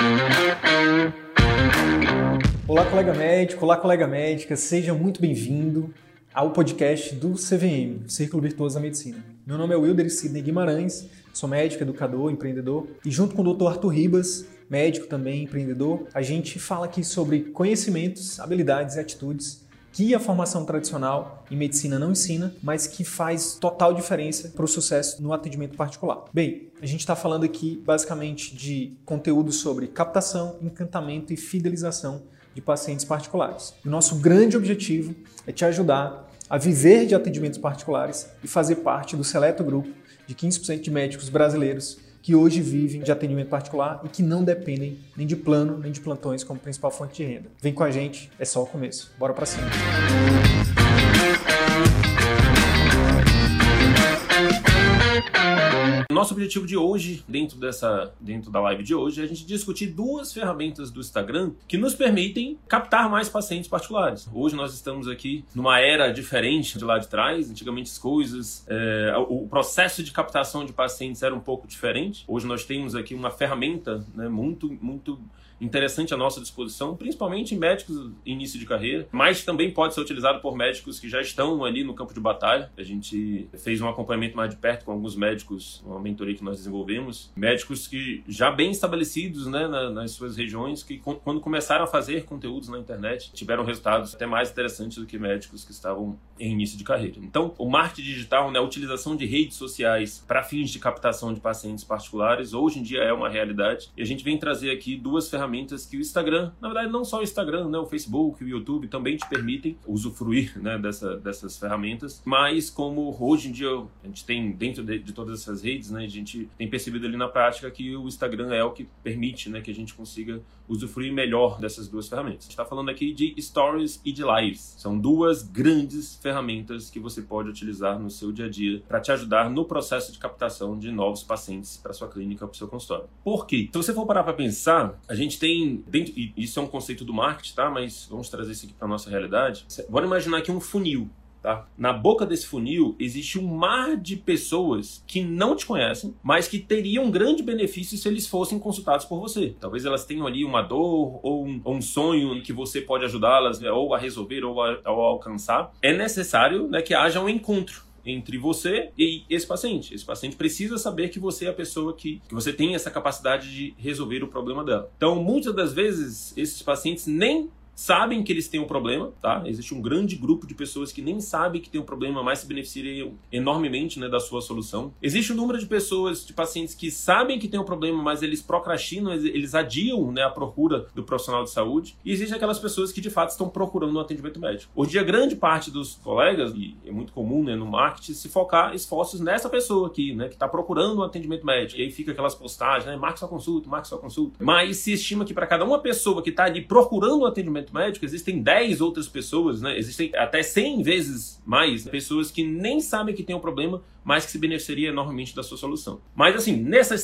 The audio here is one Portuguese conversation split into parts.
Olá, colega médico, olá, colega médica, seja muito bem-vindo ao podcast do CVM, Círculo Virtuoso da Medicina. Meu nome é Wilder Sidney Guimarães, sou médico, educador, empreendedor e junto com o Dr. Arthur Ribas, médico também, empreendedor, a gente fala aqui sobre conhecimentos, habilidades e atitudes que a formação tradicional em medicina não ensina, mas que faz total diferença para o sucesso no atendimento particular. Bem, a gente está falando aqui basicamente de conteúdo sobre captação, encantamento e fidelização de pacientes particulares. O nosso grande objetivo é te ajudar a viver de atendimentos particulares e fazer parte do seleto grupo de 15% de médicos brasileiros que hoje vivem de atendimento particular e que não dependem nem de plano, nem de plantões como principal fonte de renda. Vem com a gente, é só o começo. Bora pra cima! Nosso objetivo de hoje, dentro da live de hoje, é a gente discutir duas ferramentas do Instagram que nos permitem captar mais pacientes particulares. Hoje nós estamos aqui numa era diferente de lá de trás. Antigamente as coisas, o processo de captação de pacientes era um pouco diferente. Hoje nós temos aqui uma ferramenta, né, muito interessante à nossa disposição, principalmente em médicos em início de carreira, mas também pode ser utilizado por médicos que já estão ali no campo de batalha. A gente fez um acompanhamento mais de perto com alguns médicos, uma mentoria que nós desenvolvemos, médicos que já bem estabelecidos, né, nas suas regiões, que quando começaram a fazer conteúdos na internet, tiveram resultados até mais interessantes do que médicos que estavam em início de carreira. Então, o marketing digital, né, a utilização de redes sociais para fins de captação de pacientes particulares, hoje em dia é uma realidade, e a gente vem trazer aqui duas ferramentas que o Instagram, na verdade não só o Instagram, né, o Facebook, o YouTube também te permitem usufruir, né, dessas ferramentas, mas como hoje em dia a gente tem dentro de todas essas redes, né, a gente tem percebido ali na prática que o Instagram é o que permite, né, que a gente consiga usufruir melhor dessas duas ferramentas. A gente está falando aqui de Stories e de Lives. São duas grandes ferramentas que você pode utilizar no seu dia a dia para te ajudar no processo de captação de novos pacientes para sua clínica, para o seu consultório. Por quê? Se você for parar para pensar, a gente tem dentro, e isso é um conceito do marketing, tá? Mas vamos trazer isso aqui para nossa realidade. Bora imaginar aqui um funil. Tá? Na boca desse funil existe um mar de pessoas que não te conhecem, mas que teriam um grande benefício se eles fossem consultados por você. Talvez elas tenham ali uma dor ou um sonho que você pode ajudá-las, né, ou a resolver ou a alcançar. É necessário, né, que haja um encontro entre você e esse paciente. Esse paciente precisa saber que você é a pessoa que você tem essa capacidade de resolver o problema dela. Então, muitas das vezes, esses pacientes nem sabem que eles têm um problema, tá? Existe um grande grupo de pessoas que nem sabem que tem um problema, mas se beneficiariam enormemente, né, da sua solução. Existe um número de pessoas, de pacientes que sabem que tem um problema, mas eles procrastinam, eles adiam, né, a procura do profissional de saúde. E existem aquelas pessoas que de fato estão procurando um atendimento médico. Hoje em dia, grande parte dos colegas, e é muito comum, né, no marketing, se focar esforços nessa pessoa aqui, né, que está procurando um atendimento médico. E aí fica aquelas postagens, né, marque sua consulta, marque sua consulta. Mas se estima que para cada uma pessoa que está ali procurando um atendimento médico, existem 10 outras pessoas, né? Existem até 100 vezes mais pessoas que nem sabem que tem um problema, mas que se beneficiaria enormemente da sua solução. Mas assim, nesses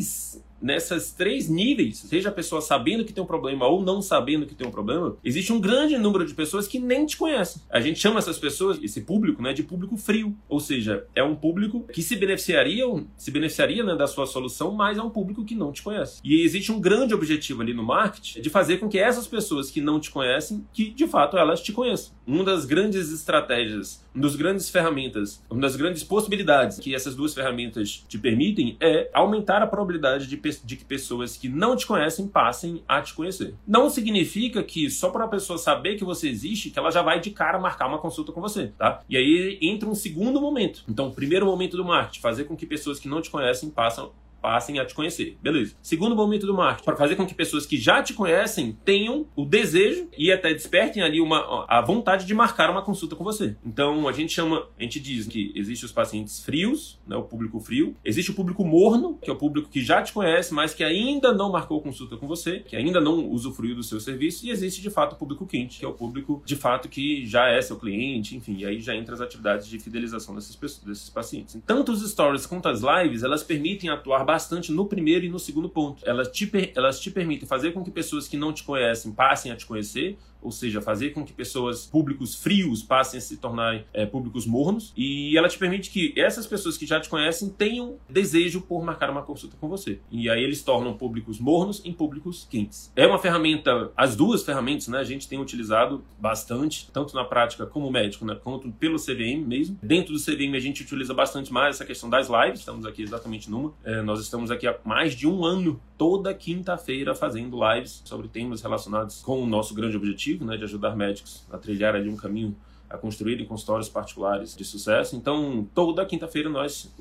três níveis, seja a pessoa sabendo que tem um problema ou não sabendo que tem um problema, existe um grande número de pessoas que nem te conhecem. A gente chama essas pessoas, esse público, né, de público frio. Ou seja, é um público que se beneficiaria, né, da sua solução, mas é um público que não te conhece. E existe um grande objetivo ali no marketing de fazer com que essas pessoas que não te conhecem, que de fato elas te conheçam. Uma das grandes estratégias, uma das grandes ferramentas, uma das grandes possibilidades que essas duas ferramentas te permitem é aumentar a probabilidade de que pessoas que não te conhecem passem a te conhecer. Não significa que só para a pessoa saber que você existe, que ela já vai de cara marcar uma consulta com você, tá? E aí entra um segundo momento. Então, o primeiro momento do marketing, fazer com que pessoas que não te conhecem passem a te conhecer. Beleza. Segundo momento do marketing, para fazer com que pessoas que já te conhecem tenham o desejo e até despertem ali a vontade de marcar uma consulta com você. Então, a gente diz que existe os pacientes frios, né, o público frio. Existe o público morno, que é o público que já te conhece, mas que ainda não marcou consulta com você, que ainda não usufruiu do seu serviço. E existe, de fato, o público quente, que é o público, de fato, que já é seu cliente, enfim. E aí já entra as atividades de fidelização desses pacientes. Tanto os stories quanto as lives, elas permitem atuar bastante no primeiro e no segundo ponto. Elas te permitem fazer com que pessoas que não te conhecem passem a te conhecer, ou seja, fazer com que públicos frios passem a se tornar públicos mornos, e ela te permite que essas pessoas que já te conhecem tenham desejo por marcar uma consulta com você. E aí eles tornam públicos mornos em públicos quentes. É uma ferramenta, as duas ferramentas, né, a gente tem utilizado bastante, tanto na prática como médico, né, quanto pelo CVM mesmo. Dentro do CVM a gente utiliza bastante mais essa questão das lives, estamos aqui exatamente numa. Nós estamos aqui há mais de um ano, toda quinta-feira, fazendo lives sobre temas relacionados com o nosso grande objetivo, né, de ajudar médicos a trilhar ali um caminho, a construírem consultórios particulares de sucesso. Então, toda quinta-feira nós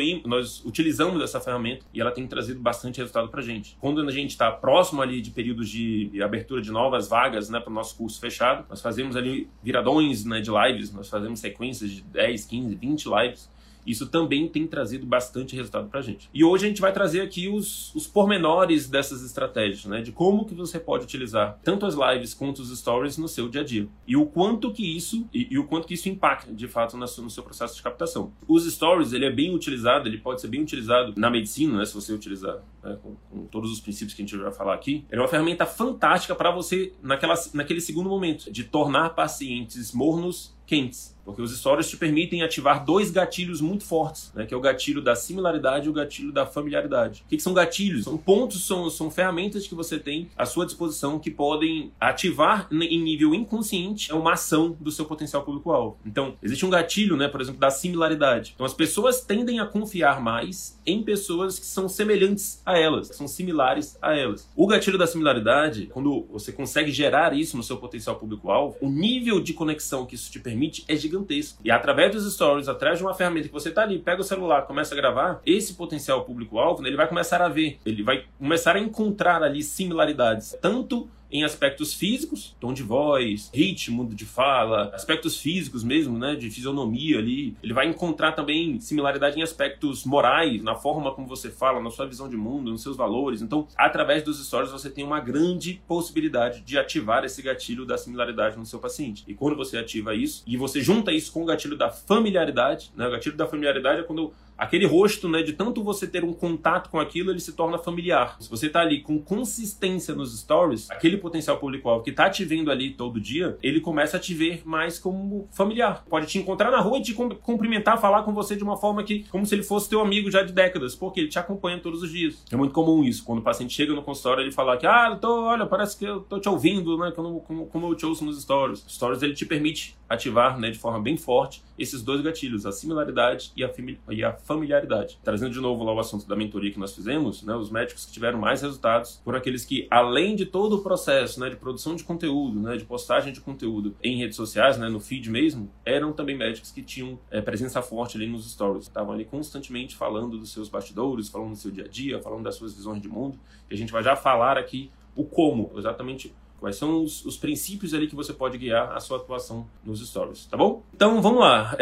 utilizamos essa ferramenta e ela tem trazido bastante resultado pra gente. Quando a gente está próximo ali de períodos de abertura de novas vagas, né, para o nosso curso fechado, nós fazemos ali viradões, né, de lives, nós fazemos sequências de 10, 15, 20 lives. Isso também tem trazido bastante resultado pra gente. E hoje a gente vai trazer aqui os pormenores dessas estratégias, né? De como que você pode utilizar tanto as lives quanto os stories no seu dia a dia. E o quanto que isso impacta, de fato, no seu processo de captação. Os stories, ele pode ser bem utilizado na medicina, né? Se você utilizar, né, com todos os princípios que a gente vai falar aqui. Ele é uma ferramenta fantástica para você, naquele segundo momento, de tornar pacientes mornos quentes. Porque os stories te permitem ativar dois gatilhos muito fortes, né? Que é o gatilho da similaridade e o gatilho da familiaridade. O que são gatilhos? São pontos, são ferramentas que você tem à sua disposição que podem ativar em nível inconsciente uma ação do seu potencial público-alvo. Então, existe um gatilho, né, por exemplo, da similaridade. Então, as pessoas tendem a confiar mais em pessoas que são semelhantes a elas, que são similares a elas. O gatilho da similaridade, quando você consegue gerar isso no seu potencial público-alvo, o nível de conexão que isso te permite é gigantesco. E através dos stories, através de uma ferramenta que você tá ali, pega o celular, começa a gravar, esse potencial público-alvo, né, ele vai começar a ver, ele vai começar a encontrar ali similaridades, tanto em aspectos físicos, tom de voz, ritmo de fala, aspectos físicos mesmo, né, de fisionomia ali. Ele vai encontrar também similaridade em aspectos morais, na forma como você fala, na sua visão de mundo, nos seus valores. Então, através dos stories, você tem uma grande possibilidade de ativar esse gatilho da similaridade no seu paciente. E quando você ativa isso, e você junta isso com o gatilho da familiaridade, né, o gatilho da familiaridade é quando aquele rosto, né, de tanto você ter um contato com aquilo, ele se torna familiar. Se você tá ali com consistência nos stories, aquele potencial público-alvo que tá te vendo ali todo dia, ele começa a te ver mais como familiar. Pode te encontrar na rua e te cumprimentar, falar com você de uma forma que, como se ele fosse teu amigo já de décadas, porque ele te acompanha todos os dias. É muito comum isso, quando o paciente chega no consultório, ele fala que, olha, parece que eu tô te ouvindo, né, como eu te ouço nos stories. Os stories, ele te permite ativar, né, de forma bem forte esses dois gatilhos, a similaridade e a familiaridade. Trazendo de novo lá o assunto da mentoria que nós fizemos, né, os médicos que tiveram mais resultados foram aqueles que, além de todo o processo, né, de produção de conteúdo, né, de postagem de conteúdo em redes sociais, né, no feed mesmo, eram também médicos que tinham presença forte ali nos stories. Estavam ali constantemente falando dos seus bastidores, falando do seu dia a dia, falando das suas visões de mundo. E a gente vai já falar aqui o como, exatamente quais são os princípios ali que você pode guiar a sua atuação nos stories, tá bom? Então, vamos lá.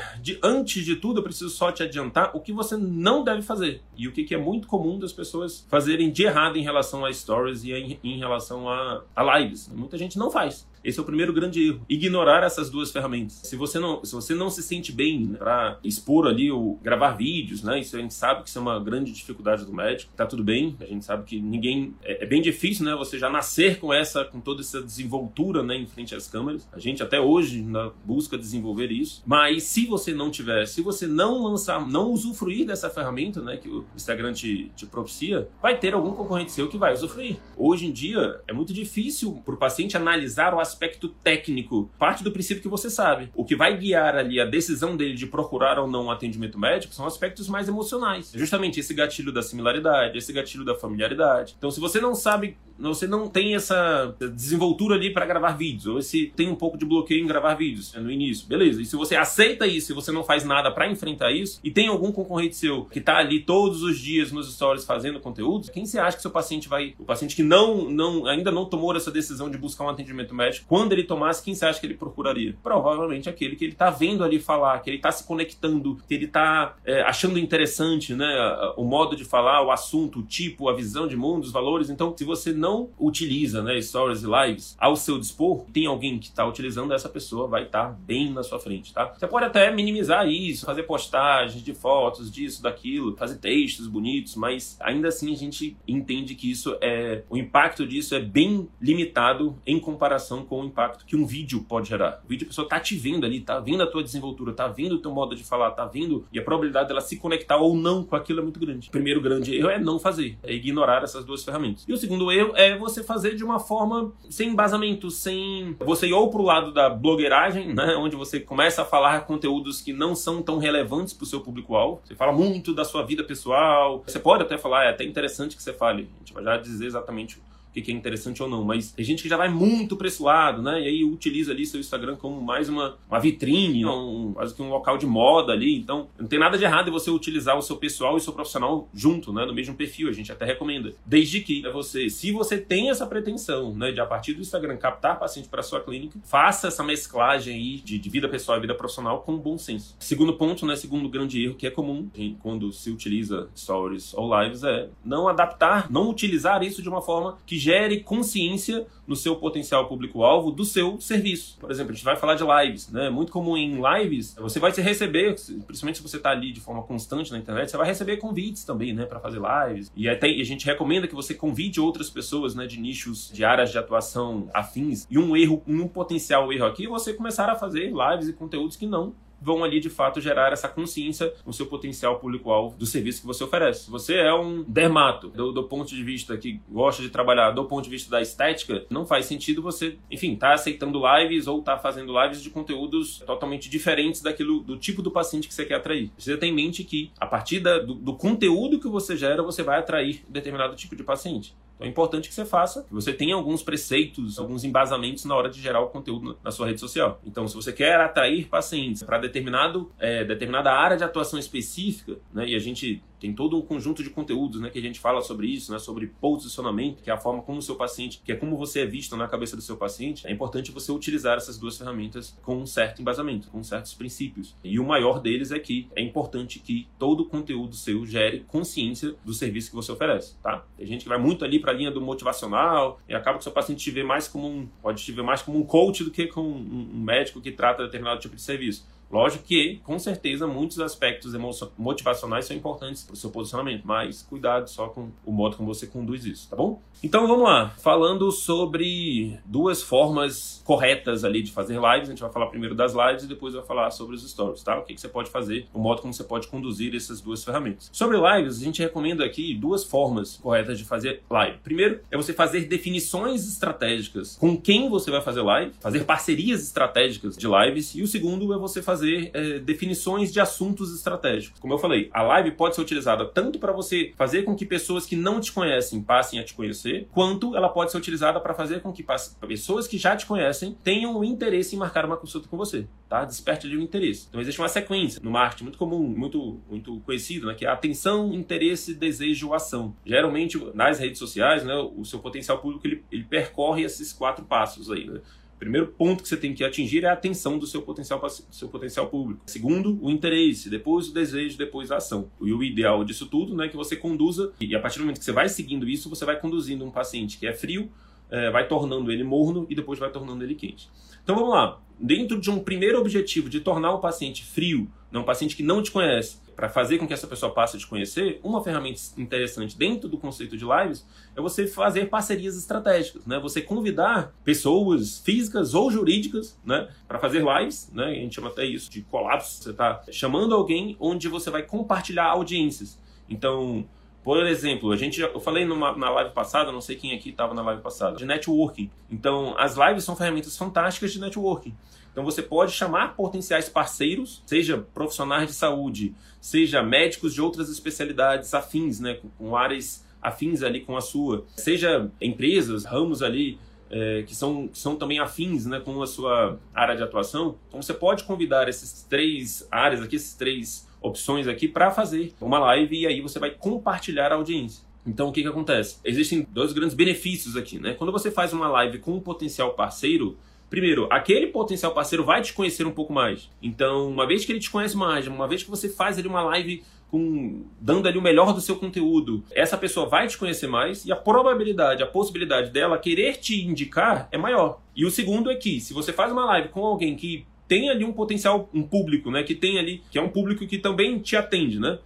Antes de tudo, eu preciso só te adiantar o que você não deve fazer e o que é muito comum das pessoas fazerem de errado em relação a stories e em relação a lives. Muita gente não faz. Esse é o primeiro grande erro. Ignorar essas duas ferramentas. Se você não se sente bem, né, para expor ali ou gravar vídeos, né? Isso a gente sabe que isso é uma grande dificuldade do médico. Tá tudo bem. A gente sabe que ninguém... É bem difícil, né? Você já nascer com toda essa desenvoltura, né, em frente às câmeras. A gente até hoje busca desenvolver isso. Mas se você não usufruir dessa ferramenta, né, que o Instagram te propicia, vai ter algum concorrente seu que vai usufruir. Hoje em dia, é muito difícil para o paciente analisar o aspecto técnico. Parte do princípio que você sabe. O que vai guiar ali a decisão dele de procurar ou não um atendimento médico são aspectos mais emocionais. É justamente esse gatilho da similaridade, esse gatilho da familiaridade. Então, se você não sabe, você não tem essa desenvoltura ali para gravar vídeos, ou se tem um pouco de bloqueio em gravar vídeos no início, beleza. E se você aceita isso e você não faz nada para enfrentar isso, e tem algum concorrente seu que tá ali todos os dias nos stories fazendo conteúdo, quem você acha que seu paciente vai... O paciente que ainda não tomou essa decisão de buscar um atendimento médico, quando ele tomasse, quem você acha que ele procuraria? Provavelmente aquele que ele tá vendo ali falar, que ele tá se conectando, que ele tá achando interessante, né, o modo de falar, o assunto, o tipo, a visão de mundo, os valores. Então, se você não não utiliza, né, stories e lives ao seu dispor, tem alguém que está utilizando, essa pessoa vai estar bem na sua frente, tá? Você pode até minimizar isso, fazer postagens de fotos, disso, daquilo, fazer textos bonitos, mas ainda assim a gente entende que o impacto disso é bem limitado em comparação com o impacto que um vídeo pode gerar. O vídeo, a pessoa tá te vendo ali, tá vendo a tua desenvoltura, tá vendo o teu modo de falar, tá vendo, e a probabilidade dela se conectar ou não com aquilo é muito grande. O primeiro grande erro é não fazer, é ignorar essas duas ferramentas. E o segundo erro é você fazer de uma forma sem embasamento, sem você ir ou pro lado da blogueiragem, né, onde você começa a falar conteúdos que não são tão relevantes pro seu público-alvo. Você fala muito da sua vida pessoal, você pode até falar, é até interessante que você fale, a gente vai já dizer exatamente o que é interessante ou não, mas tem gente que já vai muito para esse lado, né? E aí utiliza ali seu Instagram como mais uma vitrine, quase que um local de moda ali. Então, não tem nada de errado em você utilizar o seu pessoal e o seu profissional junto, né? No mesmo perfil, a gente até recomenda. Desde que se você tem essa pretensão, né, de a partir do Instagram captar paciente para sua clínica, faça essa mesclagem aí de vida pessoal e vida profissional com bom senso. Segundo ponto, né, segundo grande erro que é comum quando se utiliza stories ou lives é não utilizar isso de uma forma que gere consciência no seu potencial público-alvo do seu serviço. Por exemplo, a gente vai falar de lives, né? É muito comum em lives, você vai se receber, principalmente se você está ali de forma constante na internet, você vai receber convites também, né, para fazer lives. E até a gente recomenda que você convide outras pessoas, né, de nichos, de áreas de atuação afins. E um potencial erro aqui é você começar a fazer lives e conteúdos que não vão ali de fato gerar essa consciência no seu potencial público-alvo do serviço que você oferece. Se você é um dermato, do ponto de vista que gosta de trabalhar do ponto de vista da estética, não faz sentido você, enfim, tá aceitando lives ou tá fazendo lives de conteúdos totalmente diferentes do tipo do paciente que você quer atrair. Você tem em mente que a partir do conteúdo que você gera, você vai atrair determinado tipo de paciente. Então é importante que você faça, que você tenha alguns preceitos, alguns embasamentos na hora de gerar o conteúdo na sua rede social. Então, se você quer atrair pacientes para determinada área de atuação específica, né, e a gente tem todo um conjunto de conteúdos, né, que a gente fala sobre isso, né, sobre posicionamento, que é a forma como o seu paciente, que é como você é visto na cabeça do seu paciente. É importante você utilizar essas duas ferramentas com um certo embasamento, com certos princípios. E o maior deles é que é importante que todo o conteúdo seu gere consciência do serviço que você oferece, tá? Tem gente que vai muito ali para a linha do motivacional e acaba que o seu paciente te vê mais pode te ver mais como um coach do que como um médico que trata determinado tipo de serviço. Lógico que, com certeza, muitos aspectos motivacionais são importantes para o seu posicionamento, mas cuidado só com o modo como você conduz isso, tá bom? Então vamos lá, falando sobre duas formas corretas ali de fazer lives. A gente vai falar primeiro das lives e depois vai falar sobre os stories, tá? O que você pode fazer, o modo como você pode conduzir essas duas ferramentas. Sobre lives, a gente recomenda aqui duas formas corretas de fazer live. Primeiro, é você fazer definições estratégicas com quem você vai fazer live, fazer parcerias estratégicas de lives, e o segundo é você fazer definições de assuntos estratégicos. Como eu falei, a live pode ser utilizada tanto para você fazer com que pessoas que não te conhecem passem a te conhecer, quanto ela pode ser utilizada para fazer com que pessoas que já te conhecem tenham um interesse em marcar uma consulta com você, tá? Desperte ali o interesse. Então existe uma sequência no marketing muito comum, muito conhecido, né? Que é atenção, interesse, desejo, ação. Geralmente nas redes sociais, né, o seu potencial público ele percorre esses 4 passos aí, né? O primeiro ponto que você tem que atingir é a atenção do seu potencial público. Segundo, o interesse, depois o desejo, depois a ação. E o ideal disso tudo, né, é que você conduza, e a partir do momento que você vai seguindo isso, você vai conduzindo um paciente que é frio, vai tornando ele morno e depois vai tornando ele quente. Então vamos lá. Dentro de um primeiro objetivo de tornar o paciente frio, um paciente que não te conhece, para fazer com que essa pessoa passe a te conhecer, uma ferramenta interessante dentro do conceito de lives é você fazer parcerias estratégicas, né? Você convidar pessoas físicas ou jurídicas, né, para fazer lives, né? A gente chama até isso de colapso. Você está chamando alguém onde você vai compartilhar audiências. Então, por exemplo, eu falei na live passada, não sei quem aqui estava na live passada, de networking. Então, as lives são ferramentas fantásticas de networking. Então você pode chamar potenciais parceiros, seja profissionais de saúde, seja médicos de outras especialidades afins, né, com áreas afins ali com a sua, seja empresas, ramos ali que são também afins, né, com a sua área de atuação. Então você pode convidar essas 3 áreas aqui, essas 3 opções aqui para fazer uma live e aí você vai compartilhar a audiência. Então o que acontece? Existem 2 grandes benefícios aqui, né? Quando você faz uma live com um potencial parceiro, primeiro, aquele potencial parceiro vai te conhecer um pouco mais. Então, uma vez que ele te conhece mais, uma vez que você faz ali uma live dando ali o melhor do seu conteúdo, essa pessoa vai te conhecer mais e a probabilidade, a possibilidade dela querer te indicar é maior. E o segundo é que, se você faz uma live com alguém que tem ali um potencial, um público, né, que é um público que também te atende, né,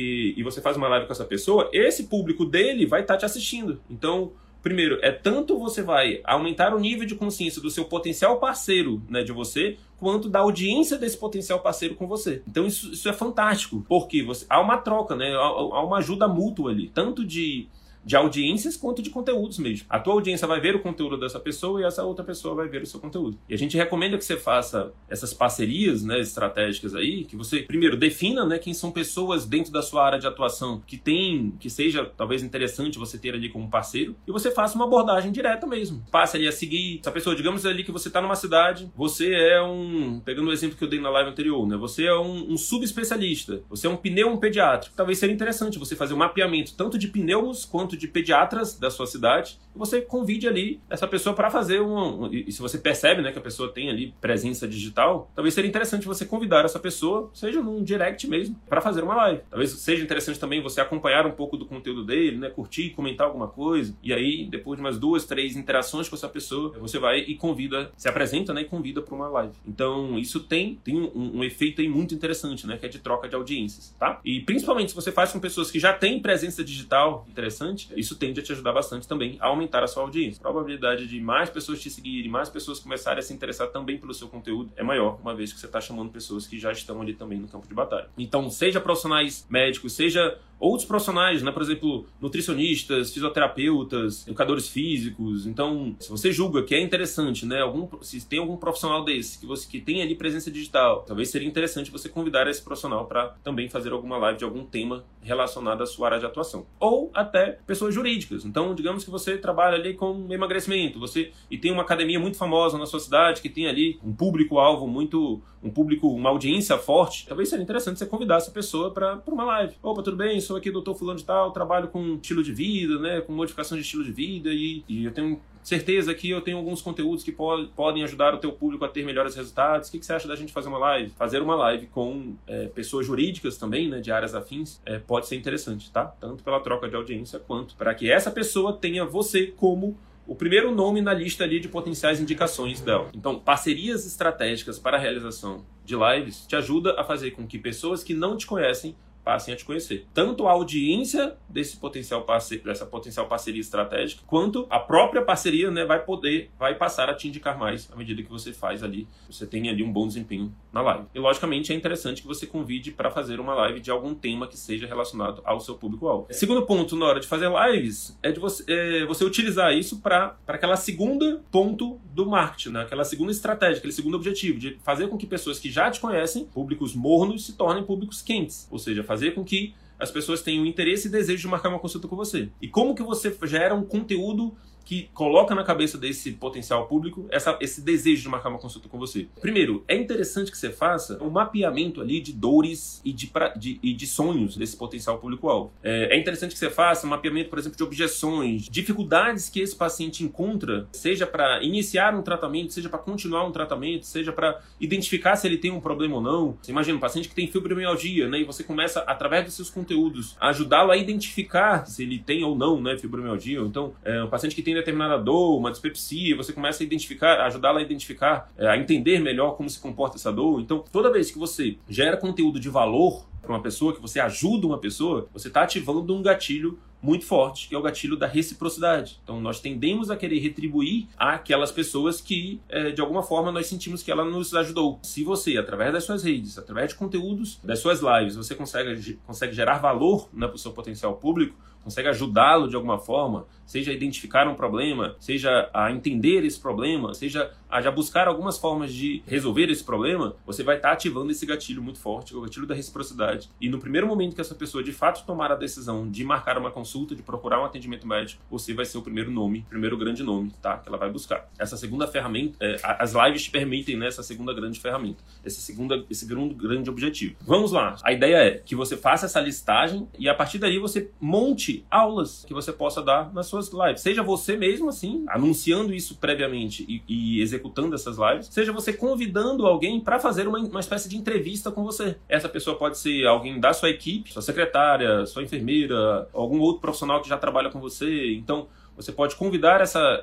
e você faz uma live com essa pessoa, esse público dele vai estar te assistindo. Então, primeiro, tanto você vai aumentar o nível de consciência do seu potencial parceiro, né, de você, quanto da audiência desse potencial parceiro com você. Então isso é fantástico, porque há uma troca, né, há uma ajuda mútua ali, tanto de audiências quanto de conteúdos mesmo. A tua audiência vai ver o conteúdo dessa pessoa e essa outra pessoa vai ver o seu conteúdo. E a gente recomenda que você faça essas parcerias, né, estratégicas aí, que você primeiro defina, né, quem são pessoas dentro da sua área de atuação que seja talvez interessante você ter ali como parceiro, e você faça uma abordagem direta mesmo. Passe ali a seguir essa pessoa, digamos ali que você está numa cidade, você é pegando o exemplo que eu dei na live anterior, né, você é um subespecialista, você é um pneumo pediátrico. Talvez seria interessante você fazer um mapeamento tanto de pneumos quanto de pediatras da sua cidade, e você convide ali essa pessoa para fazer e se você percebe, né, que a pessoa tem ali presença digital, talvez seria interessante você convidar essa pessoa, seja num direct mesmo, para fazer uma live. Talvez seja interessante também você acompanhar um pouco do conteúdo dele, né, curtir, comentar alguma coisa, e aí depois de umas 2, 3 interações com essa pessoa, você vai e convida, se apresenta, né, e convida para uma live. Então isso tem um efeito aí muito interessante, né, que é de troca de audiências, tá? E principalmente se você faz com pessoas que já têm presença digital interessante, isso tende a te ajudar bastante também a aumentar a sua audiência. A probabilidade de mais pessoas te seguirem, mais pessoas começarem a se interessar também pelo seu conteúdo é maior, uma vez que você está chamando pessoas que já estão ali também no campo de batalha. Então, seja profissionais médicos, seja outros profissionais, né? Por exemplo, nutricionistas, fisioterapeutas, educadores físicos. Então, se você julga que é interessante, né? Se tem algum profissional desse que tem ali presença digital, talvez seria interessante você convidar esse profissional para também fazer alguma live de algum tema relacionado à sua área de atuação. Ou até pessoas jurídicas. Então, digamos que você trabalha ali com emagrecimento, e tem uma academia muito famosa na sua cidade que tem ali um público-alvo uma audiência forte. Talvez seria interessante você convidar essa pessoa para uma live. Opa, tudo bem? Sou aqui doutor fulano de tal, trabalho com estilo de vida, né, com modificação de estilo de vida e eu tenho certeza que eu tenho alguns conteúdos que podem ajudar o teu público a ter melhores resultados. O que você acha da gente fazer uma live? Fazer uma live com pessoas jurídicas também, né, de áreas afins, pode ser interessante, tá? Tanto pela troca de audiência quanto para que essa pessoa tenha você como o primeiro nome na lista ali de potenciais indicações dela. Então, parcerias estratégicas para a realização de lives te ajuda a fazer com que pessoas que não te conhecem passem a te conhecer. Tanto a audiência dessa potencial parceria estratégica, quanto a própria parceria, né, vai passar a te indicar mais à medida que você faz ali, você tem ali um bom desempenho na live. E logicamente é interessante que você convide para fazer uma live de algum tema que seja relacionado ao seu público-alvo. Segundo ponto na hora de fazer lives é de você utilizar isso para aquela segunda ponto do marketing, né? Aquela segunda estratégia, aquele segundo objetivo de fazer com que pessoas que já te conhecem, públicos mornos, se tornem públicos quentes, ou seja, fazer com que as pessoas tenham interesse e desejo de marcar uma consulta com você. E como que você gera um conteúdo que coloca na cabeça desse potencial público esse desejo de marcar uma consulta com você? Primeiro, é interessante que você faça um mapeamento ali de dores e de sonhos desse potencial público-alvo. É interessante que você faça um mapeamento, por exemplo, de objeções, dificuldades que esse paciente encontra, seja para iniciar um tratamento, seja para continuar um tratamento, seja para identificar se ele tem um problema ou não. Você imagina um paciente que tem fibromialgia, né, e você começa, através dos seus conteúdos, a ajudá-lo a identificar se ele tem ou não, né, fibromialgia. Então, um paciente que tem determinada dor, uma dispepsia, você começa a identificar, ajudá-la a identificar, a entender melhor como se comporta essa dor. Então, toda vez que você gera conteúdo de valor para uma pessoa, que você ajuda uma pessoa, você está ativando um gatilho muito forte, que é o gatilho da reciprocidade. Então, nós tendemos a querer retribuir àquelas pessoas que, de alguma forma, nós sentimos que ela nos ajudou. Se você, através das suas redes, através de conteúdos, das suas lives, você consegue gerar valor, né, para o seu potencial público, consegue ajudá-lo de alguma forma, seja a identificar um problema, seja a entender esse problema, seja a já buscar algumas formas de resolver esse problema, você vai estar ativando esse gatilho muito forte, o gatilho da reciprocidade. E no primeiro momento que essa pessoa de fato tomar a decisão de marcar uma consulta, de procurar um atendimento médico, você vai ser o primeiro grande nome, tá? Que ela vai buscar. Essa segunda ferramenta, as lives te permitem, né, essa segunda grande ferramenta, esse grande objetivo. Vamos lá. A ideia é que você faça essa listagem e a partir dali você monte existe aulas que você possa dar nas suas lives. Seja você mesmo, assim, anunciando isso previamente e executando essas lives, seja você convidando alguém para fazer uma espécie de entrevista com você. Essa pessoa pode ser alguém da sua equipe, sua secretária, sua enfermeira, algum outro profissional que já trabalha com você. Então, você pode convidar essa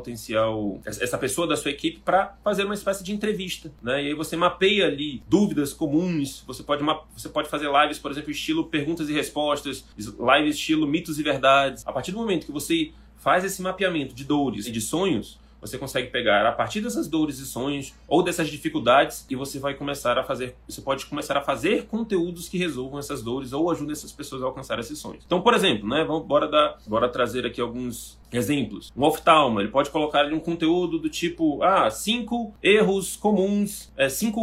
pessoa da sua equipe para fazer uma espécie de entrevista, né? E aí você mapeia ali dúvidas comuns. Você pode fazer lives, por exemplo, estilo perguntas e respostas, lives estilo mitos e verdades. A partir do momento que você faz esse mapeamento de dores e de sonhos, você consegue pegar a partir dessas dores e sonhos ou dessas dificuldades e você pode começar a fazer conteúdos que resolvam essas dores ou ajudem essas pessoas a alcançar esses sonhos. Então, por exemplo, né, bora trazer aqui alguns exemplos. Um oftalmo, ele pode colocar ali um conteúdo do tipo 5 erros comuns,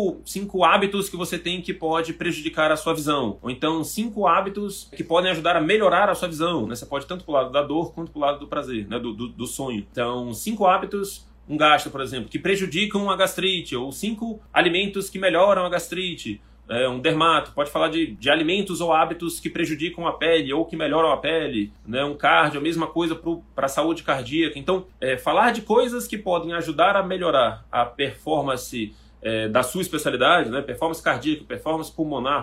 5 hábitos que você tem que pode prejudicar a sua visão. Ou então 5 hábitos que podem ajudar a melhorar a sua visão, né? Você pode tanto pro lado da dor quanto pro lado do prazer, né? do sonho. Então, 5 hábitos, um gasto, por exemplo, que prejudicam a gastrite, ou 5 alimentos que melhoram a gastrite. Um dermato pode falar de alimentos ou hábitos que prejudicam a pele ou que melhoram a pele, né? Um cardio, a mesma coisa para a saúde cardíaca. Então, falar de coisas que podem ajudar a melhorar a performance da sua especialidade, né? Performance cardíaca, performance pulmonar,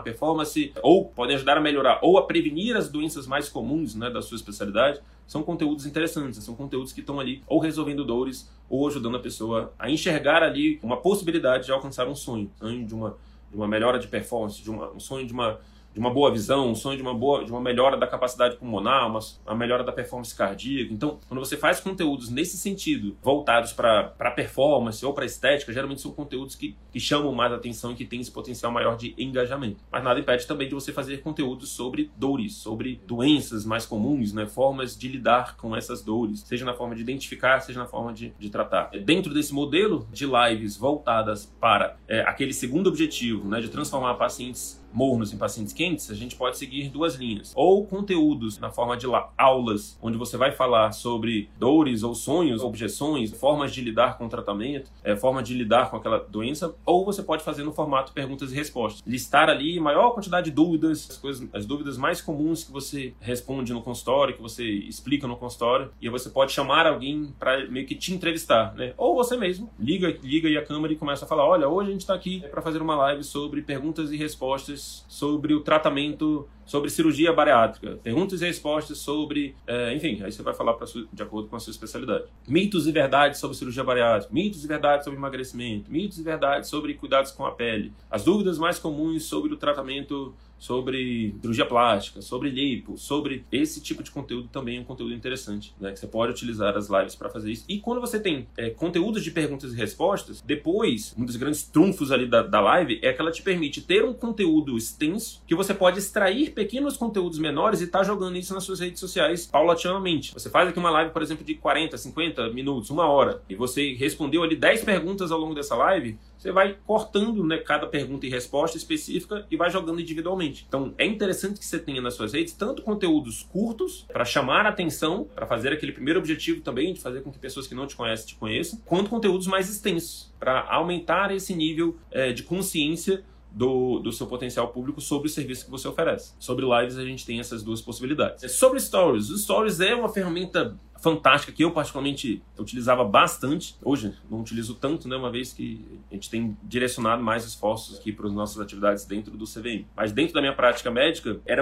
ou podem ajudar a melhorar ou a prevenir as doenças mais comuns, né, da sua especialidade. São conteúdos interessantes, são conteúdos que estão ali ou resolvendo dores ou ajudando a pessoa a enxergar ali uma possibilidade de alcançar um sonho de uma melhora de performance, um sonho de uma boa visão, um sonho de uma melhora da capacidade pulmonar, uma melhora da performance cardíaca. Então, quando você faz conteúdos nesse sentido, voltados para performance ou para estética, geralmente são conteúdos que chamam mais atenção e que têm esse potencial maior de engajamento. Mas nada impede também de você fazer conteúdos sobre dores, sobre doenças mais comuns, né? Formas de lidar com essas dores, seja na forma de identificar, seja na forma de tratar. Dentro desse modelo de lives voltadas para aquele segundo objetivo, né, de transformar pacientes mornos em pacientes quentes, a gente pode seguir 2 linhas. Ou conteúdos na forma de aulas, onde você vai falar sobre dores ou sonhos, objeções, formas de lidar com o tratamento, forma de lidar com aquela doença, ou você pode fazer no formato perguntas e respostas. Listar ali maior quantidade de dúvidas, as dúvidas mais comuns que você responde no consultório, que você explica no consultório, e você pode chamar alguém para meio que te entrevistar, né? Ou você mesmo liga aí a câmera e começa a falar: olha, hoje a gente está aqui para fazer uma live sobre perguntas e respostas sobre o tratamento, sobre cirurgia bariátrica, perguntas e respostas sobre, enfim, aí você vai falar de acordo com a sua especialidade. Mitos e verdades sobre cirurgia bariátrica, mitos e verdades sobre emagrecimento, mitos e verdades sobre cuidados com a pele, as dúvidas mais comuns sobre o tratamento, sobre cirurgia plástica, sobre lipo, sobre esse tipo de conteúdo também é um conteúdo interessante, né? Que você pode utilizar as lives para fazer isso. E quando você tem conteúdos de perguntas e respostas, depois, um dos grandes trunfos ali da live é que ela te permite ter um conteúdo extenso que você pode extrair pequenos conteúdos menores e tá jogando isso nas suas redes sociais paulatinamente. Você faz aqui uma live, por exemplo, de 40, 50 minutos, 1 hora, e você respondeu ali 10 perguntas ao longo dessa live, você vai cortando, né, cada pergunta e resposta específica e vai jogando individualmente. Então, é interessante que você tenha nas suas redes tanto conteúdos curtos para chamar a atenção, para fazer aquele primeiro objetivo também, de fazer com que pessoas que não te conhecem te conheçam, quanto conteúdos mais extensos, para aumentar esse nível de consciência do seu potencial público sobre o serviço que você oferece. Sobre lives, a gente tem essas 2 possibilidades. Sobre Stories. O Stories é uma ferramenta fantástica que eu particularmente utilizava bastante. Hoje não utilizo tanto, né, uma vez que a gente tem direcionado mais esforços aqui para as nossas atividades dentro do CVM. Mas dentro da minha prática médica era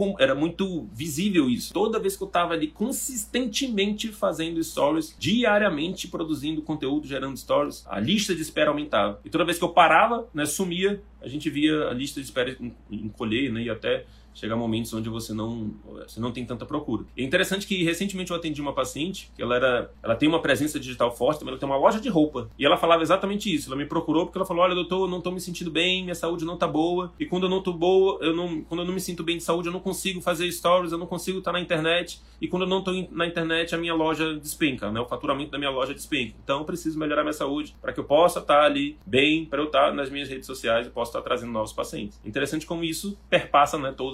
muito visível isso. Toda vez que eu estava ali consistentemente fazendo stories, diariamente produzindo conteúdo, gerando stories, a lista de espera aumentava. E toda vez que eu parava, né, sumia, a gente via a lista de espera encolher, né, e até chegar momentos onde você não tem tanta procura. É interessante que recentemente eu atendi uma paciente que ela tem uma presença digital forte, também ela tem uma loja de roupa. E ela falava exatamente isso. Ela me procurou porque ela falou: olha, doutor, eu não tô me sentindo bem, minha saúde não tá boa. E quando eu não tô boa, quando eu não me sinto bem de saúde, eu não consigo fazer stories, eu não consigo estar na internet. E quando eu não tô na internet, a minha loja despenca, né? O faturamento da minha loja despenca. Então eu preciso melhorar minha saúde para que eu possa estar ali bem, para eu estar nas minhas redes sociais e possa estar trazendo novos pacientes. Interessante como isso perpassa, né, todas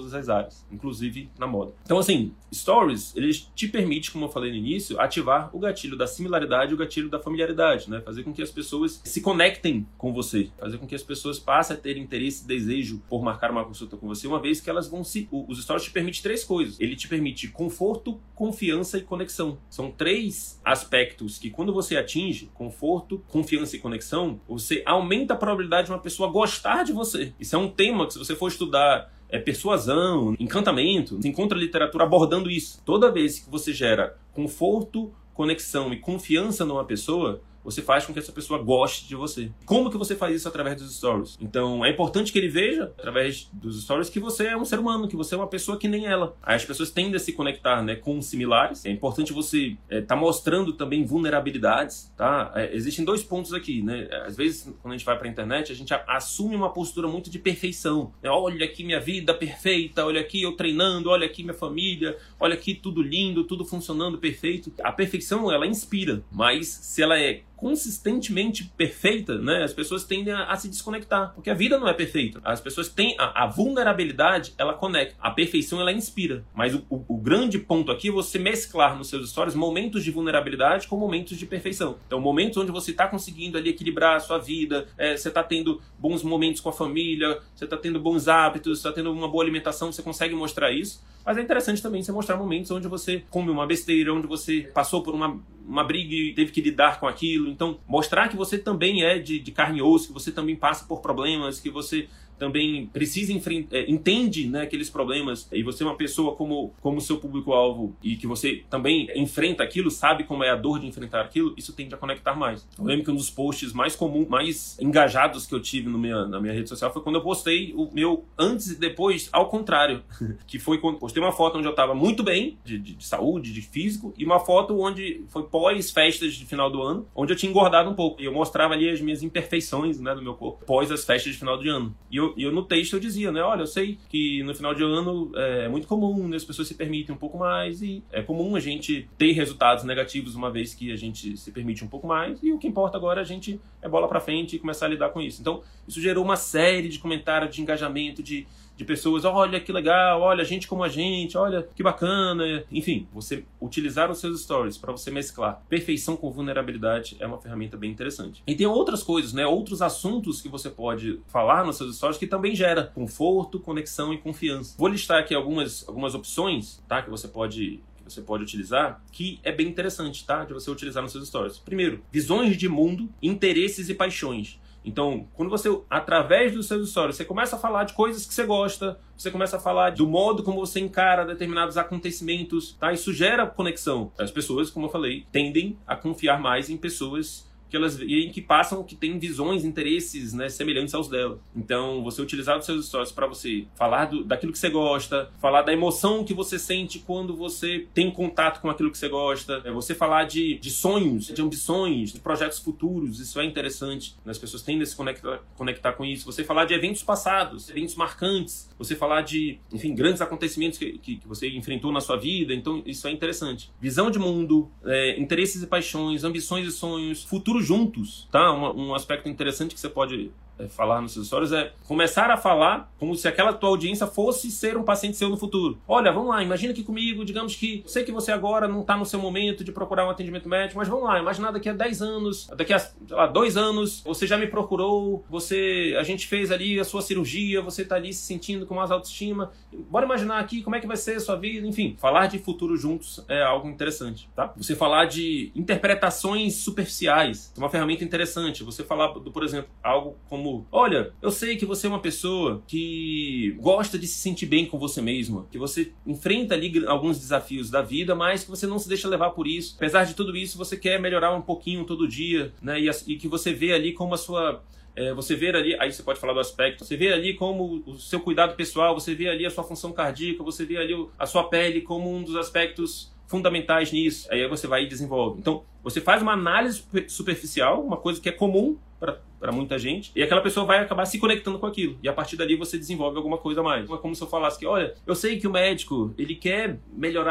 todas as áreas, inclusive na moda. Então, assim, Stories, eles te permitem, como eu falei no início, ativar o gatilho da similaridade e o gatilho da familiaridade, né? Fazer com que as pessoas se conectem com você, fazer com que as pessoas passem a ter interesse e desejo por marcar uma consulta com você, uma vez que elas vão se... Os Stories te permitem 3 coisas. Ele te permite conforto, confiança e conexão. São 3 aspectos que, quando você atinge, conforto, confiança e conexão, você aumenta a probabilidade de uma pessoa gostar de você. Isso é um tema que, se você for estudar persuasão, encantamento, você encontra literatura abordando isso. Toda vez que você gera conforto, conexão e confiança numa pessoa, você faz com que essa pessoa goste de você. Como que você faz isso? Através dos stories. Então, é importante que ele veja, através dos stories, que você é um ser humano, que você é uma pessoa que nem ela. Aí as pessoas tendem a se conectar, né, com similares. É importante você tá mostrando também vulnerabilidades, tá? Existem 2 pontos aqui, né? Às vezes, quando a gente vai pra internet, a gente assume uma postura muito de perfeição. Olha aqui minha vida perfeita, olha aqui eu treinando, olha aqui minha família, olha aqui tudo lindo, tudo funcionando perfeito. A perfeição, ela inspira, mas se ela é consistentemente perfeita, né, as pessoas tendem a se desconectar, porque a vida não é perfeita. As pessoas têm a vulnerabilidade, ela conecta. A perfeição, ela inspira. Mas o grande ponto aqui é você mesclar nos seus stories momentos de vulnerabilidade com momentos de perfeição. Então, momentos onde você está conseguindo ali equilibrar a sua vida, você está tendo bons momentos com a família, você está tendo bons hábitos, está tendo uma boa alimentação, você consegue mostrar isso. Mas é interessante também você mostrar momentos onde você come uma besteira, onde você passou por uma briga e teve que lidar com aquilo. Então, mostrar que você também é de carne e osso, que você também passa por problemas, que você também precisa entende, né, aqueles problemas, e você é uma pessoa como seu público-alvo e que você também enfrenta aquilo, sabe como é a dor de enfrentar aquilo, isso tende a conectar mais. Eu lembro que um dos posts mais comuns, mais engajados que eu tive na minha rede social foi quando eu postei o meu antes e depois ao contrário, que foi quando postei uma foto onde eu estava muito bem, de saúde, de físico, e uma foto onde foi pós-festas de final do ano, onde eu tinha engordado um pouco, e eu mostrava ali as minhas imperfeições, né, do meu corpo, pós as festas de final de ano. E eu no texto eu dizia, né, olha, eu sei que no final de ano é muito comum, né, as pessoas se permitem um pouco mais, e é comum a gente ter resultados negativos uma vez que a gente se permite um pouco mais, e o que importa agora é a gente bola pra frente e começar a lidar com isso. Então, isso gerou uma série de comentários, de engajamento, de pessoas, olha que legal, olha gente como a gente, olha que bacana. Enfim, você utilizar os seus stories para você mesclar perfeição com vulnerabilidade é uma ferramenta bem interessante. E tem outras coisas, né? Outros assuntos que você pode falar nos seus stories que também gera conforto, conexão e confiança. Vou listar aqui algumas opções, tá? Que você pode utilizar, que é bem interessante, tá? De você utilizar nos seus stories. Primeiro, visões de mundo, interesses e paixões. Então, quando você, através dos seus stories, você começa a falar de coisas que você gosta, você começa a falar do modo como você encara determinados acontecimentos, tá? Isso gera conexão. As pessoas, como eu falei, tendem a confiar mais em pessoas que elas veem, que passam, que têm visões, interesses, né, semelhantes aos dela. Então, você utilizar os seus stories para você falar daquilo que você gosta, falar da emoção que você sente quando você tem contato com aquilo que você gosta, você falar de sonhos, de ambições, de projetos futuros, isso é interessante. As pessoas tendem a se conectar com isso. Você falar de eventos passados, eventos marcantes, você falar de, enfim, grandes acontecimentos que você enfrentou na sua vida, então isso é interessante. Visão de mundo, interesses e paixões, ambições e sonhos, futuro juntos, tá? Um aspecto interessante que você pode falar nos seus stories é começar a falar como se aquela tua audiência fosse ser um paciente seu no futuro. Olha, vamos lá, imagina aqui comigo, digamos que eu sei que você agora não está no seu momento de procurar um atendimento médico, mas vamos lá, imagina daqui a 10 anos, daqui a, sei lá, 2 anos, você já me procurou, a gente fez ali a sua cirurgia, você está ali se sentindo com mais autoestima, bora imaginar aqui como é que vai ser a sua vida, enfim, falar de futuro juntos é algo interessante, tá? Você falar de interpretações superficiais, é uma ferramenta interessante, você falar, por exemplo, algo como: olha, eu sei que você é uma pessoa que gosta de se sentir bem com você mesma, que você enfrenta ali alguns desafios da vida, mas que você não se deixa levar por isso. Apesar de tudo isso, você quer melhorar um pouquinho todo dia, né? E que você vê ali como a sua... você vê ali, aí você pode falar do aspecto, você vê ali como o seu cuidado pessoal, você vê ali a sua função cardíaca, você vê ali a sua pele como um dos aspectos fundamentais nisso. Aí você vai e desenvolve. Então, você faz uma análise superficial, uma coisa que é comum para muita gente, e aquela pessoa vai acabar se conectando com aquilo. E a partir dali você desenvolve alguma coisa a mais. É como se eu falasse que, olha, eu sei que o médico, ele quer melhorar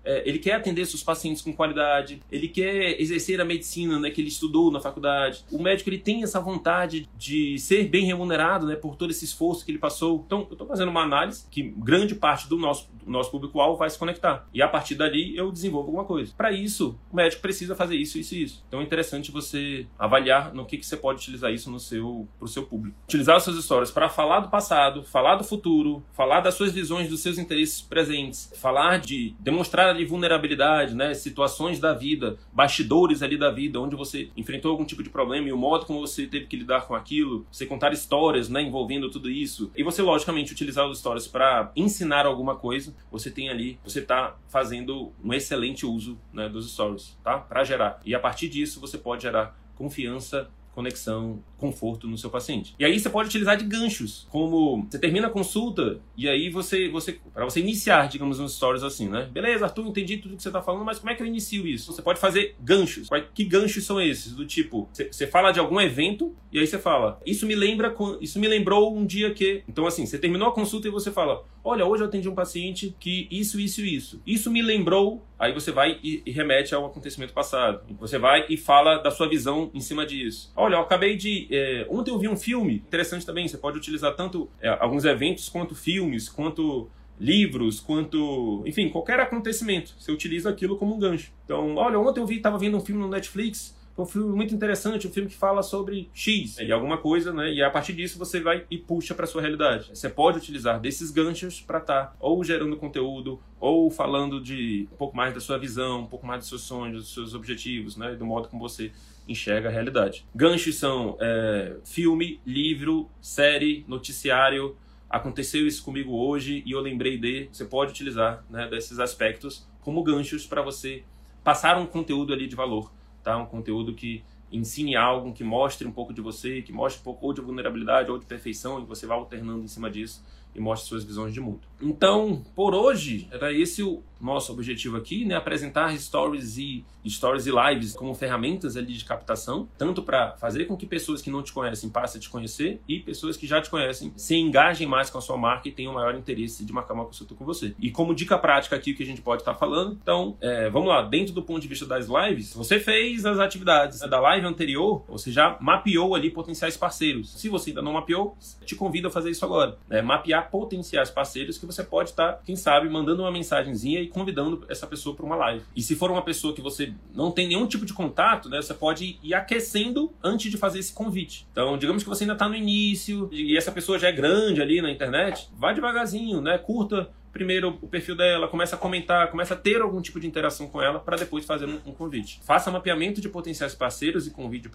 ele quer atender seus pacientes com qualidade, ele quer exercer a medicina, né, que ele estudou na faculdade. O médico, ele tem essa vontade de ser bem remunerado, né, por todo esse esforço que ele passou. Então, eu estou fazendo uma análise que grande parte do nosso público-alvo vai se conectar. E a partir dali, eu desenvolvo alguma coisa. Para isso, o médico precisa fazer isso, isso e isso. Então, é interessante você avaliar no que você pode utilizar isso para o seu público. Utilizar as suas histórias para falar do passado, falar do futuro, falar das suas visões, dos seus interesses presentes, falar de demonstrar ali vulnerabilidade, né, situações da vida, bastidores ali da vida, onde você enfrentou algum tipo de problema e o modo como você teve que lidar com aquilo, você contar histórias, né, envolvendo tudo isso, e você logicamente utilizar as histórias para ensinar alguma coisa, você está fazendo um excelente uso, né, dos stories, tá? Para gerar. E a partir disso você pode gerar confiança, conexão, conforto no seu paciente. E aí você pode utilizar de ganchos, como você termina a consulta e aí para você iniciar, digamos, uns stories assim, né? Beleza, Arthur, entendi tudo que você está falando, mas como é que eu inicio isso? Você pode fazer ganchos. Que ganchos são esses? Do tipo, você fala de algum evento e aí você fala, isso me lembrou um dia que... Então assim, você terminou a consulta e você fala, olha, hoje eu atendi um paciente que isso. Isso me lembrou... Aí você vai e remete ao acontecimento passado. Você vai e fala da sua visão em cima disso. Olha, eu acabei de... ontem eu vi um filme, interessante também, você pode utilizar tanto alguns eventos, quanto filmes, quanto livros, quanto... Enfim, qualquer acontecimento. Você utiliza aquilo como um gancho. Então, olha, ontem eu estava vendo um filme no Netflix... Foi um filme muito interessante, um filme que fala sobre X e alguma coisa, né? E a partir disso você vai e puxa para sua realidade. Você pode utilizar desses ganchos para estar ou gerando conteúdo, ou falando de um pouco mais da sua visão, um pouco mais dos seus sonhos, dos seus objetivos, né? Do modo como você enxerga a realidade. Ganchos são filme, livro, série, noticiário. Aconteceu isso comigo hoje e eu lembrei de... Você pode utilizar, né, desses aspectos como ganchos para você passar um conteúdo ali de valor. Tá? Um conteúdo que ensine algo, que mostre um pouco de você, que mostre um pouco ou de vulnerabilidade ou de perfeição, e você vai alternando em cima disso e mostre suas visões de mundo. Então, por hoje, era esse o nosso objetivo aqui, né? Apresentar stories e lives como ferramentas ali de captação, tanto para fazer com que pessoas que não te conhecem passem a te conhecer e pessoas que já te conhecem se engajem mais com a sua marca e tenham maior interesse de marcar uma consulta com você. E como dica prática aqui que a gente pode estar falando, então, vamos lá, dentro do ponto de vista das lives, você fez as atividades da live anterior, você já mapeou ali potenciais parceiros. Se você ainda não mapeou, te convido a fazer isso agora, né? Mapear potenciais parceiros que você pode estar, quem sabe, mandando uma mensagenzinha e convidando essa pessoa para uma live. E se for uma pessoa que você não tem nenhum tipo de contato, né, você pode ir aquecendo antes de fazer esse convite. Então, digamos que você ainda está no início e essa pessoa já é grande ali na internet, vai devagarzinho, né, curta primeiro o perfil dela, começa a comentar, começa a ter algum tipo de interação com ela para depois fazer um convite. Faça mapeamento de potenciais parceiros e convide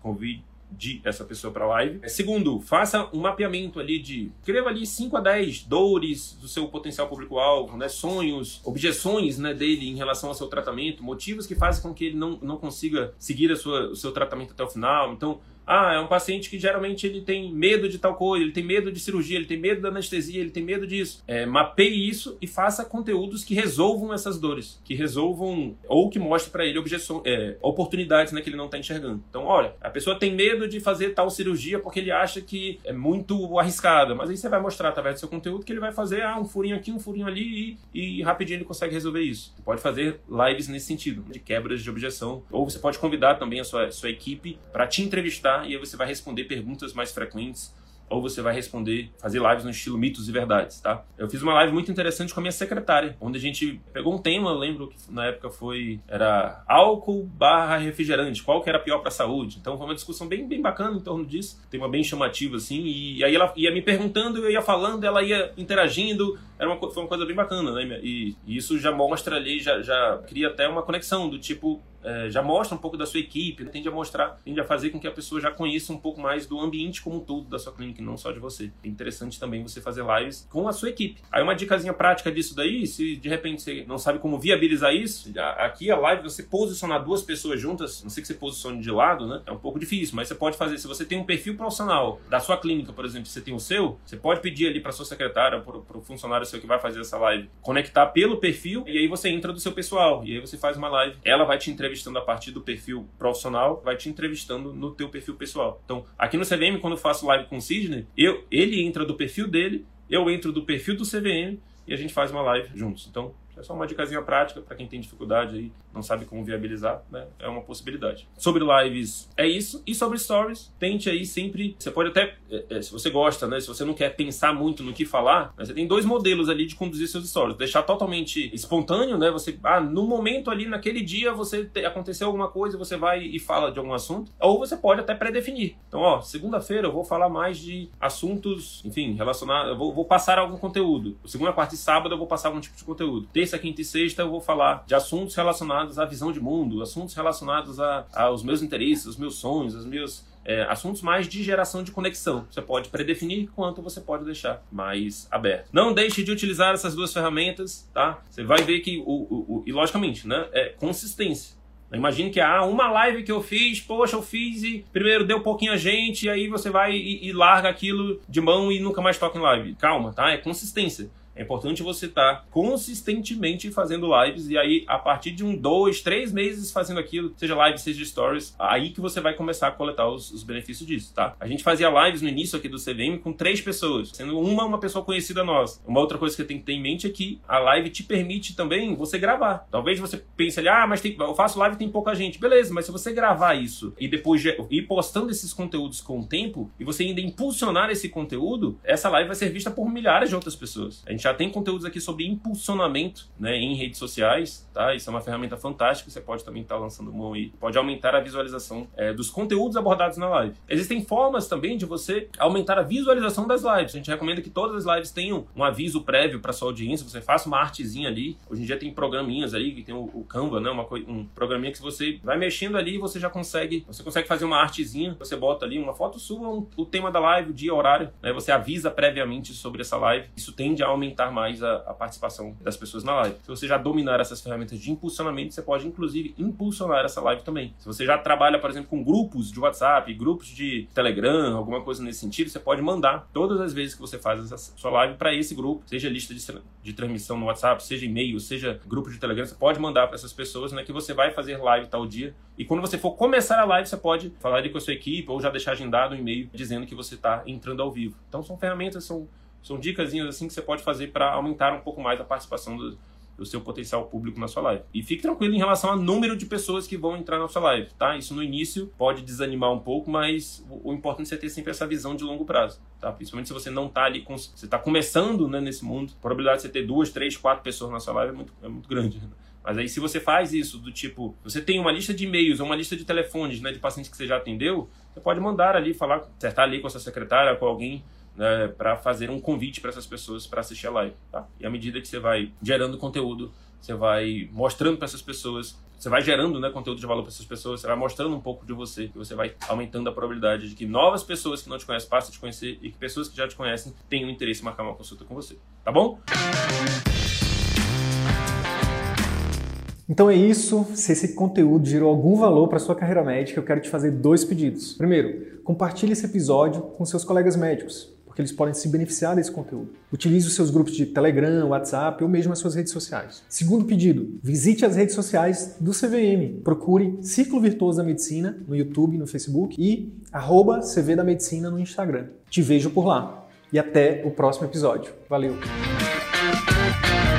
essa pessoa para live. Segundo, faça um mapeamento ali escreva ali 5 a 10 dores do seu potencial público-alvo, né, sonhos, objeções, né, dele em relação ao seu tratamento, motivos que fazem com que ele não consiga seguir o seu tratamento até o final. Então, é um paciente que geralmente ele tem medo de tal coisa, ele tem medo de cirurgia, ele tem medo da anestesia, ele tem medo disso. Mapeie isso e faça conteúdos que resolvam essas dores, que resolvam ou que mostrem para ele oportunidades, né, que ele não está enxergando. Então, olha, a pessoa tem medo de fazer tal cirurgia porque ele acha que é muito arriscada, mas aí você vai mostrar através do seu conteúdo que ele vai fazer um furinho aqui, um furinho ali e rapidinho ele consegue resolver isso. Você pode fazer lives nesse sentido, de quebras de objeção, ou você pode convidar também a sua equipe para te entrevistar e aí você vai responder perguntas mais frequentes, ou você vai fazer lives no estilo mitos e verdades, tá? Eu fiz uma live muito interessante com a minha secretária, onde a gente pegou um tema, eu lembro que na época era álcool / refrigerante, qual que era pior para a saúde. Então foi uma discussão bem, bem bacana em torno disso, tema bem chamativo assim, e aí ela ia me perguntando, eu ia falando, ela ia interagindo, foi uma coisa bem bacana, né? E isso já mostra ali, já cria até uma conexão do tipo... já mostra um pouco da sua equipe, tende a fazer com que a pessoa já conheça um pouco mais do ambiente como um todo da sua clínica, não só de você. É interessante também você fazer lives com a sua equipe. Aí uma dicasinha prática disso daí, se de repente você não sabe como viabilizar isso, aqui a live, você posicionar 2 pessoas juntas, não sei que você posicione de lado, né? É um pouco difícil, mas você pode fazer, se você tem um perfil profissional da sua clínica, por exemplo, você tem o seu, você pode pedir ali para sua secretária, para o funcionário seu que vai fazer essa live, conectar pelo perfil, e aí você entra do seu pessoal, e aí você faz uma live. Ela vai te entrevistando a partir do perfil profissional, vai te entrevistando no teu perfil pessoal. Então, aqui no CVM, quando eu faço live com o Sidney, ele entra do perfil dele, eu entro do perfil do CVM e a gente faz uma live juntos. Então, É só uma dicasinha prática para quem tem dificuldade aí, não sabe como viabilizar, né? É uma possibilidade. Sobre lives, é isso. E sobre stories, tente aí sempre... Você pode até, se você gosta, né? Se você não quer pensar muito no que falar, né? Você tem 2 modelos ali de conduzir seus stories. Deixar totalmente espontâneo, né? Você, no momento ali, naquele dia, aconteceu alguma coisa, você vai e fala de algum assunto. Ou você pode até pré-definir. Então, segunda-feira eu vou falar mais de assuntos, enfim, relacionados... Eu vou passar algum conteúdo. Segunda, quarta e sábado eu vou passar algum tipo de conteúdo. Terça, quinta e sexta eu vou falar de assuntos relacionados à visão de mundo, assuntos relacionados aos meus interesses, aos meus sonhos, aos meus... assuntos mais de geração de conexão. Você pode predefinir quanto você pode deixar mais aberto. Não deixe de utilizar essas 2 ferramentas, tá? Você vai ver que, e logicamente, né, é consistência. Imagine que uma live que eu fiz, poxa, eu fiz e primeiro deu pouquinha gente, e aí você vai e larga aquilo de mão e nunca mais toca em live. Calma, tá? É consistência. É importante você estar consistentemente fazendo lives e aí, a partir de 1, 2, 3 meses fazendo aquilo, seja live, seja stories, aí que você vai começar a coletar os benefícios disso, tá? A gente fazia lives no início aqui do CVM com 3 pessoas, sendo uma pessoa conhecida nossa. Uma outra coisa que você tem que ter em mente é que a live te permite também você gravar. Talvez você pense ali, mas eu faço live e tem pouca gente. Beleza, mas se você gravar isso e depois ir postando esses conteúdos com o tempo e você ainda impulsionar esse conteúdo, essa live vai ser vista por milhares de outras pessoas. A gente já tem conteúdos aqui sobre impulsionamento, né, em redes sociais, tá? Isso é uma ferramenta fantástica, você pode também estar lançando mão aí, pode aumentar a visualização dos conteúdos abordados na live. Existem formas também de você aumentar a visualização das lives. A gente recomenda que todas as lives tenham um aviso prévio para sua audiência, você faça uma artezinha ali. Hoje em dia tem programinhas ali, que tem o Canva, né, um programinha que você vai mexendo ali e você consegue fazer uma artezinha, você bota ali uma foto sua, o tema da live, o dia, o horário, né, você avisa previamente sobre essa live. Isso tende a aumentar mais a participação das pessoas na live. Se você já dominar essas ferramentas de impulsionamento, você pode inclusive impulsionar essa live também. Se você já trabalha, por exemplo, com grupos de WhatsApp, grupos de Telegram, alguma coisa nesse sentido, você pode mandar todas as vezes que você faz essa sua live para esse grupo, seja lista de transmissão no WhatsApp, seja e-mail, seja grupo de Telegram, você pode mandar para essas pessoas, né, que você vai fazer live tal dia. E quando você for começar a live, você pode falar ali com a sua equipe ou já deixar agendado um e-mail dizendo que você está entrando ao vivo. Então são ferramentas, são dicasinhas assim que você pode fazer para aumentar um pouco mais a participação do seu potencial público na sua live. E fique tranquilo em relação ao número de pessoas que vão entrar na sua live, tá? Isso no início pode desanimar um pouco, mas o importante é ter sempre essa visão de longo prazo, tá? Principalmente se você não tá ali, você tá começando, né, nesse mundo, a probabilidade de você ter 2, 3, 4 pessoas na sua live é muito grande, né? Mas aí se você faz isso do tipo, você tem uma lista de e-mails ou uma lista de telefones, né, de pacientes que você já atendeu, você pode mandar ali, acertar ali com a sua secretária, com alguém, né, para fazer um convite para essas pessoas para assistir a live, tá? E à medida que você vai gerando conteúdo, você vai mostrando para essas pessoas, você vai gerando, né, conteúdo de valor para essas pessoas, você vai mostrando um pouco de você, e você vai aumentando a probabilidade de que novas pessoas que não te conhecem passem a te conhecer e que pessoas que já te conhecem tenham interesse em marcar uma consulta com você, tá bom? Então é isso. Se esse conteúdo gerou algum valor para a sua carreira médica, eu quero te fazer 2 pedidos. Primeiro, compartilhe esse episódio com seus colegas médicos, porque eles podem se beneficiar desse conteúdo. Utilize os seus grupos de Telegram, WhatsApp ou mesmo as suas redes sociais. Segundo pedido, visite as redes sociais do CVM. Procure Círculo Virtuoso da Medicina no YouTube, no Facebook e @CV da Medicina no Instagram. Te vejo por lá. E até o próximo episódio. Valeu!